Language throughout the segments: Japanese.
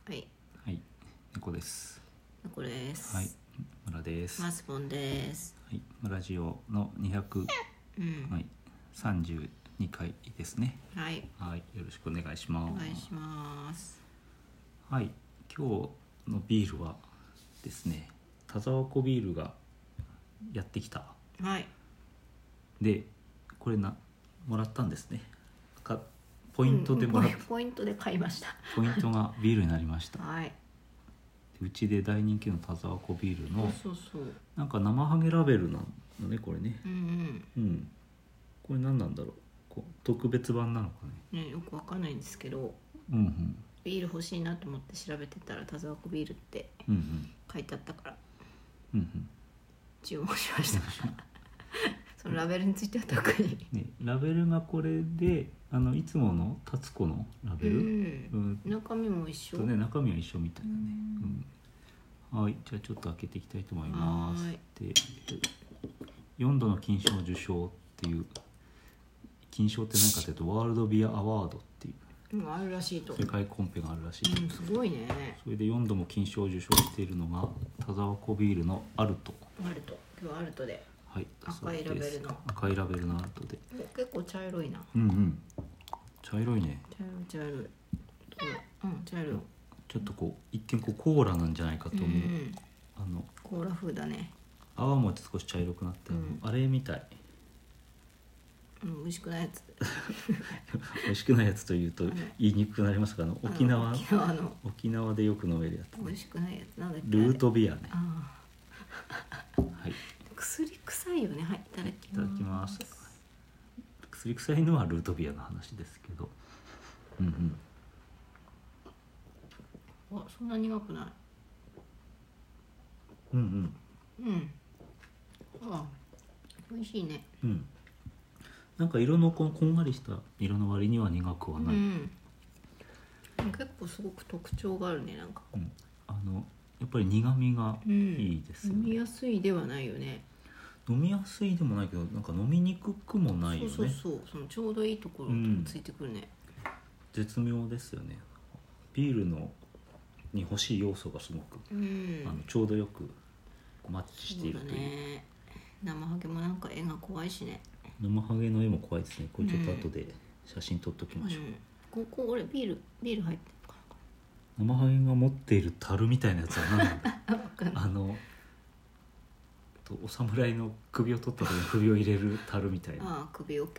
はい、 はい、猫です。 これです。 はい、村です。 マスポンです。 はい、村ジオの200、はい、32回ですね。 はい、 はい、よろしくお願いします。 お願いします。 はい、今日のビールはですね、田沢湖ビールがやってきた。 はい。 で、これもらったんですね。ポイントでもらった、 ポイントで買いました。 ポイントがビールになりました。 はい。 うちで大人気の田沢湖ビールのそうなんか生ハゲラベルなのね、これね。 うんこれ何なんだろう。特別版なのかね。 ね、よくわかんないんですけど、 うんビール欲しいなと思って調べてたら田沢湖ビールって書いてあったから注文しました。そのラベルについては特に、 ね、ラベルがこれでいつものタツコのラベル、 中身も一緒ね、中身は一緒みたいだね。はい、じゃあちょっと開けていきたいと思います。で、4度の金賞受賞っていう、金賞って何かというとワールドビアアワードっていうあるらしいと。 世界コンペがあるらしい。 すごいね。 それで4度も金賞を受賞しているのが田沢湖ビールのアルト。 今日はアルトで、 はい、 赤いラベルの赤いラベルのアルトで、 結構茶色いな。 茶色いね。 茶色い。茶色い。 ちょっと一見コーラなんじゃないかと思う。 コーラ風だね。 泡も少し茶色くなって、あれみたい。 美味しくないやつ。 美味しくないやつというと言いにくくなりますが、沖縄でよく飲めるやつ、ね。 美味しくないやつなんだっけ。 ルートビアね。はい。 薬臭いよね。はい、いただきます。 薬臭いのはルートビアの話ですけど。 あ、そんな苦くない。あ、美味しいね。 なんか色のこんがりした色の割には苦くはない。 結構すごく特徴があるね、なんか。 やっぱり苦味がいいですよね。 飲みやすいではないよね。 飲みやすいでもないけど、なんか飲みにくくもないよね。 そうそのちょうどいいところついてくるね。 絶妙ですよね。ビールに欲しい要素がすごく、ちょうどよくマッチしているという。そうだね。 生ハゲもなんか絵が怖いしね。 生ハゲの絵も怖いですね。これちょっと後で写真撮っときましょう。 これビール入ってるかな。 生ハゲが持っている樽みたいなやつは何なんだ。お侍の首を取った時に首を入れる樽みたいな。 首桶。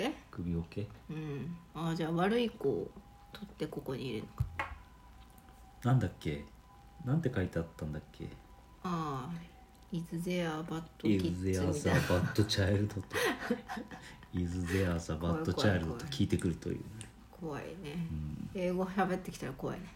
じゃあ悪い子を取ってここに入れるのか。 なんだっけ、なんて書いてあったんだっけ。 Is there a bad kids みたいな。 Is there a bad child とIs there a bad child と聞いてくるという。 怖いね。英語喋ってきたら怖いね。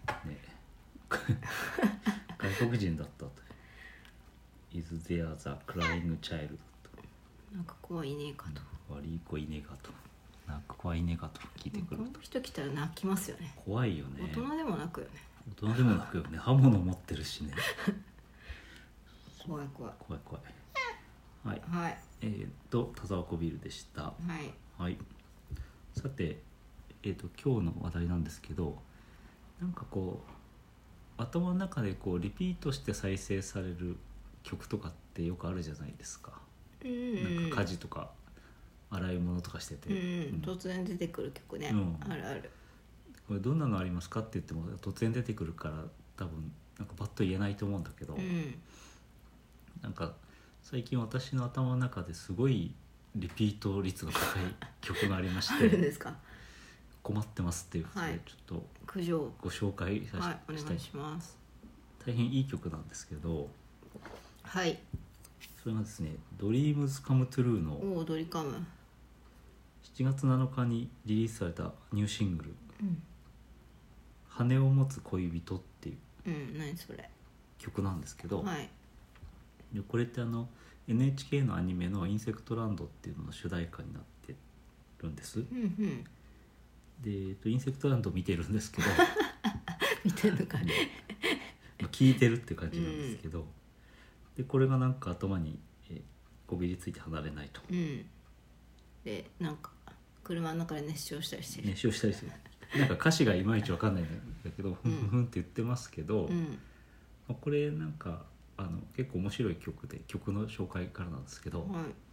外国人だったと。Is there the crying child と。 なんか怖いねかと。 悪い子いねがと。なんか怖いねかと聞いてくると。 この人来たら泣きますよね。 怖いよね。 大人でも泣くよね。 大人でも泣くよね。刃物持ってるしね。 怖い。 はい。田沢湖ビールでした。はい。さて、今日の話題なんですけど、なんか頭の中でリピートして再生される曲とかってよくあるじゃないですか。なんか家事とか洗い物とかしてて、 突然出てくる曲ね。あるある。 これどんなのありますかって言っても突然出てくるから多分なんかパッと言えないと思うんだけど、なんか最近私の頭の中ですごいリピート率が高い曲がありましてあるんですか。 困ってますっていうことでちょっと苦情ご紹介お願いします。 大変いい曲なんですけど、 はい、 それがですね、ドリームズカムトゥルーのドリカム 7月7日にリリースされたニューシングル、羽を持つ恋人っていう何それ曲なんですけど、でこれってNHK のアニメのインセクトランドっていうのの主題歌になってるんです。で、インセクトランド見てるんですけど見てるのかね聞いてるって感じなんですけど、でこれがなんか頭にこびりついて離れないと、 でなんか車の中で熱唱したりしてる。 熱唱したりする。 なんか歌詞がいまいち分かんないんだけど、ふんふんって言ってますけど、これなんか結構面白い曲で、曲の紹介からなんですけど、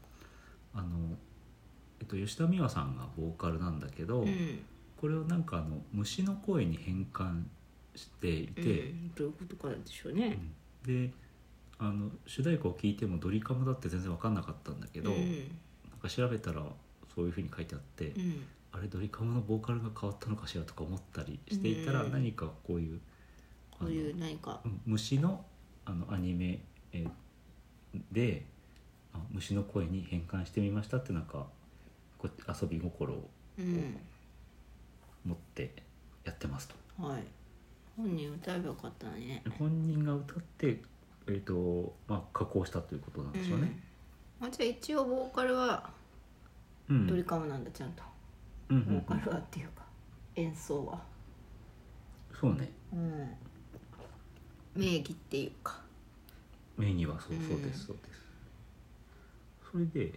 吉田美和さんがボーカルなんだけど、これをなんか虫の声に変換していて、 どういうことかでしょうね。 で主題歌を聴いてもドリカムだって全然分かんなかったんだけど、なんか調べたらそういう風に書いてあって、あれドリカムのボーカルが変わったのかしらとか思ったりしていたら、何かこういう何か虫のアニメで虫の声に変換してみましたって、なんか遊び心を持ってやってますと。 本人歌えばよかったのにね。 本人が歌って加工したということなんでしょうね。 じゃあ一応ボーカルはドリカムなんだ、ちゃんと。ボーカルはっていうか演奏は。 そうね。 名義っていうか。 名義はそうです、そうです。それで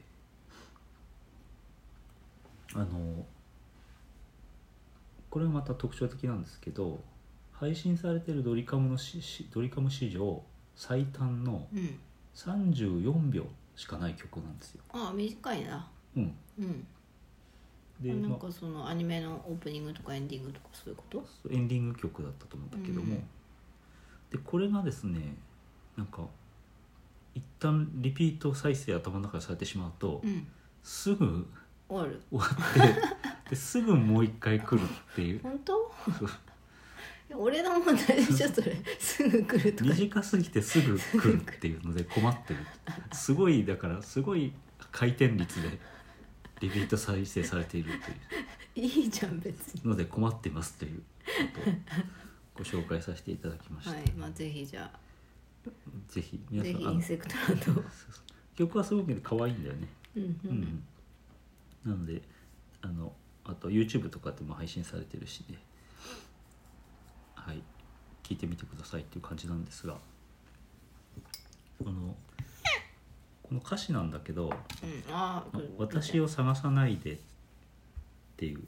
これはまた特徴的なんですけど、配信されているドリカム史上最短の34秒しかない曲なんですよ。 短いな。でなんかそのアニメのオープニングとかエンディングとかそういうこと？ エンディング曲だったと思うんだけども、でこれがですね、なんか一旦リピート再生頭の中でされてしまうと、すぐ終わってですぐもう一回来るっていう。 本当？俺の問題でしょそれ。すぐ来るとか短すぎてすぐ来るっていうので困ってる。すごいだからすごい回転率でリピート再生されているといういいじゃん別にので困っていますということをご紹介させていただきました。 ぜひじゃあぜひ皆さん、 インセクトランド曲はすごく可愛いんだよね。なのであと YouTube とかでも配信されてるしね、聞いてみてくださいっていう感じなんですが、この歌詞なんだけど、私を探さないでっていう、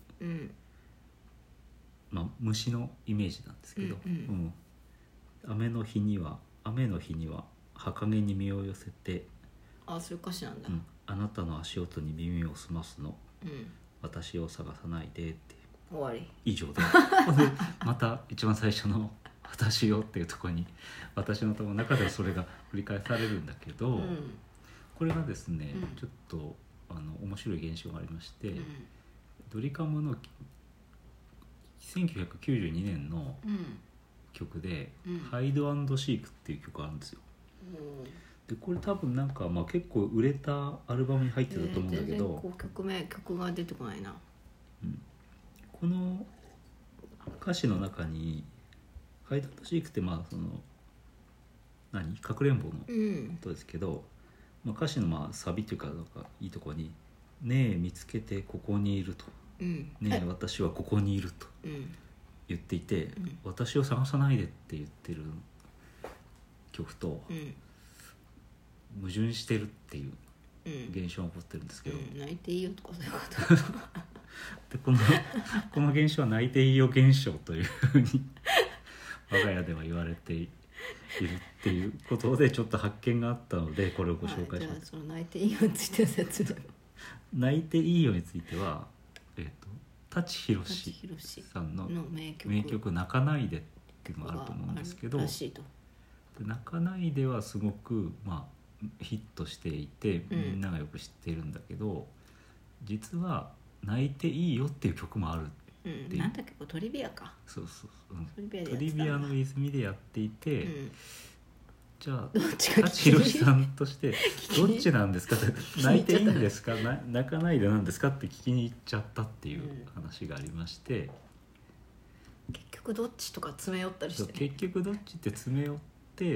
虫のイメージなんですけど、雨の日には墓毛に身を寄せて、 そういう歌詞なんだ。 あなたの足音に耳を澄ますの、私を探さないでって終わり以上でまた一番最初の私よっていうところに私の中ではそれが繰り返されるんだけど、これがですね、ちょっと面白い現象がありまして、ドリカムの1992年の曲でハイド&シークっていう曲があるんですよ。でこれ多分なんか結構売れたアルバムに入ってたと思うんだけど、 全然曲が出てこないな。 この歌詞の中にハイド&シークってそのかくれんぼのことですけど、歌詞のサビというか、なんかいいところに「ねえ見つけてここにいる」と「ねえ私はここにいる」と言っていて、私を探さないでって言ってる曲と矛盾してるっていう現象が起こってるんですけど、 泣いていいよとかそういうことでこの現象は泣いていいよ現象というふうに我が家では言われているっていうことで、ちょっと発見があったのでこれをご紹介します。 じゃあその泣いていいよについての説明。 泣いていいよについては、舘ひろしさんの名曲泣かないでっていうのがあると思うんですけど、泣かないではすごくヒットしていてみんながよく知っているんだけど、実は泣いていいよっていう曲もあるっていう、 なんだっけ、トリビアか。 トリビアの泉でやっていて、じゃあ舘ひろしさんとしてどっちなんですかって泣いていいんですか泣かないでなんですかって聞きに行っちゃったっていう話がありまして、 結局どっちとか詰め寄ったりして、 結局どっちって詰め寄って、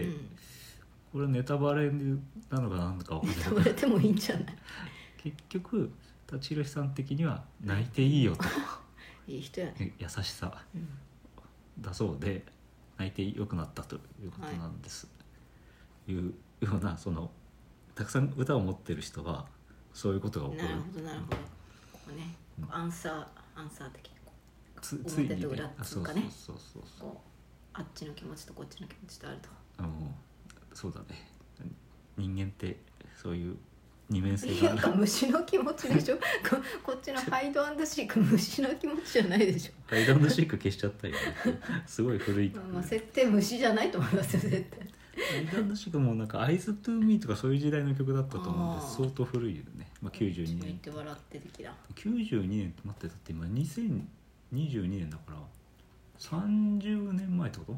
これはネタバレなのか何だか分からない。 ネタバレでもいいんじゃない。 結局舘ひろしさん的には泣いていいよといい人やね、 優しさだそうで、泣いてよくなったということなんです、いうような、たくさん歌を持ってる人はそういうことが起こる。 なるほどここね、アンサー的に表と裏っつうかね、 そうあっちの気持ちとこっちの気持ちとあると。 そうだね、人間ってそういう二面性がある。 なんか虫の気持ちでしょこっちのハイド&シーク虫の気持ちじゃないでしょ。 ハイド&シーク消しちゃったよすごい古い曲。 設定虫じゃないと思いますよ絶対。 ハイド&シークもなんかアイズトゥーミーとかそういう時代の曲だったと思うんで相当古いよね、92年って笑って的だ。 92年って待って、だって今2022年だから30年前ってこと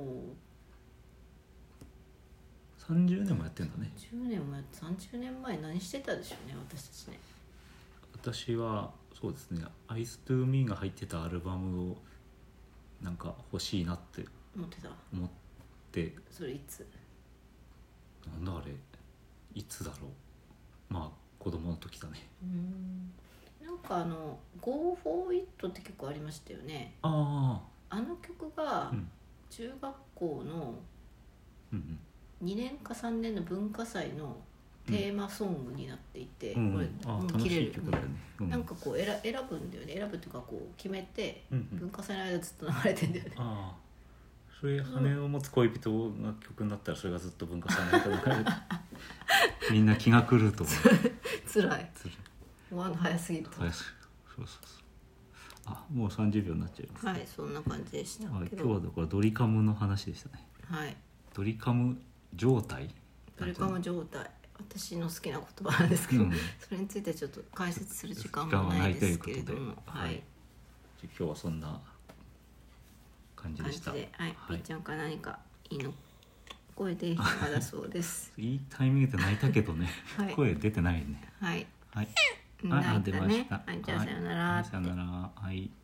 ？30年もやってんだね。 10年もやって、30年前何してたでしょうね、私たちね。 私はそうですね、アイストゥーミーが入ってたアルバムをなんか欲しいなって思って。 それいつ？ なんだあれ、いつだろう。まあ子供の時だね。 なんかGo for It って曲ありましたよね。あの曲が中学校の2年か3年の文化祭のテーマソングになっていて、これ楽しい曲だよね。 なんかこう選ぶんだよね。選ぶっていうかこう決めて、文化祭の間ずっと流れてんだよね。 それ羽を持つ恋人が曲になったらそれがずっと文化祭の間流れてみんな気が狂うと思うつらい終わるの早すぎると。 そうもう30秒になっちゃいます。 はい、そんな感じでしたけど、 今日はだからドリカムの話でしたね。 はい、 ドリカム状態、 私の好きな言葉なんですけど、それについてちょっと解説する時間もないですけれども、はい、 今日はそんな感じでした。 はい、ピーちゃんから何かいいの声でまだそうですいいタイミングで泣いたけどね、声出てないね。 はい、 はい、 泣いたね。 出ました。 はい、じゃあさよなら。 さよなら。はい。